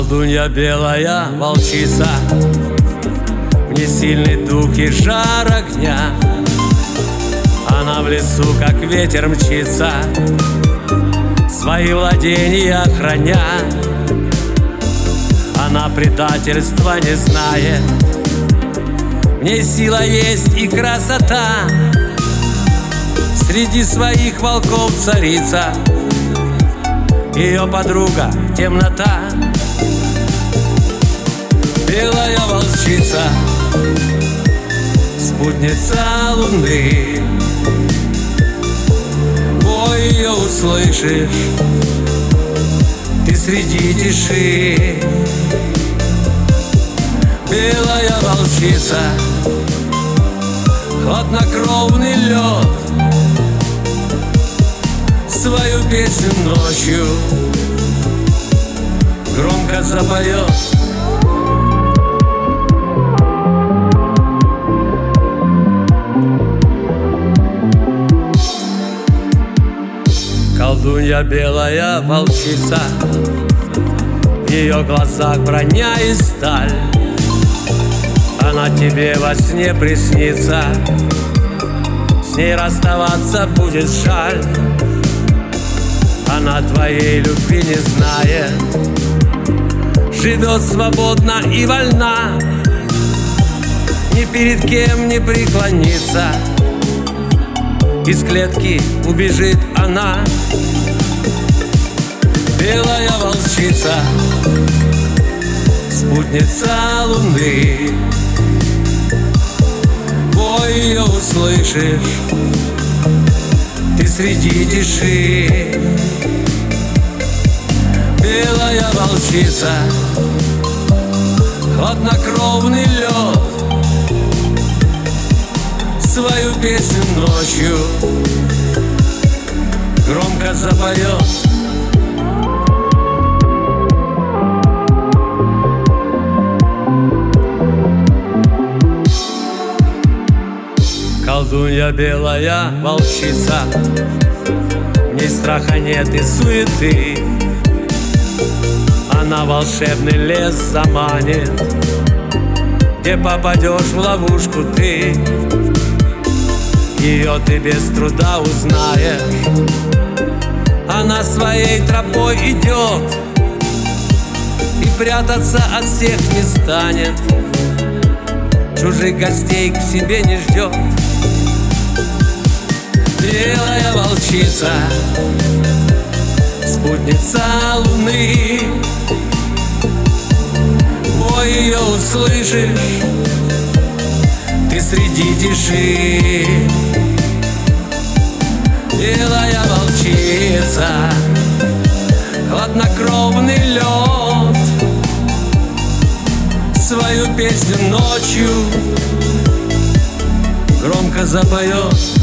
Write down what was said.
Колдунья белая волчица, в ней сильный дух и жар огня. Она в лесу, как ветер, мчится, свои владения храня. Она предательства не знает, в ней сила есть и красота. Среди своих волков царица, ее подруга — темнота. Белая волчица, спутница луны, вой ее услышишь ты среди тиши. Белая волчица, хладнокровный лед, свою песню ночью громко запоет. Колдунья белая волчица, в ее глазах броня и сталь. Она тебе во сне приснится, с ней расставаться будет жаль. Она твоей любви не знает, живет свободно и вольна, ни перед кем не преклонится, из клетки убежит она. Белая волчица, спутница луны, вой ее услышишь ты среди тиши. Белая волчица, хладнокровный лед, свою песню ночью громко запоет. Колдунья белая волчица, в ней страха нет и суеты. Она волшебный лес заманит, где попадешь в ловушку ты. Ее ты без труда узнаешь, она своей тропой идет и прятаться от всех не станет, чужих гостей к себе не ждет. Белая волчица, спутница луны, вой ее услышишь ты среди тиши. Белая волчица, хладнокровный лед, свою песню ночью громко запоет.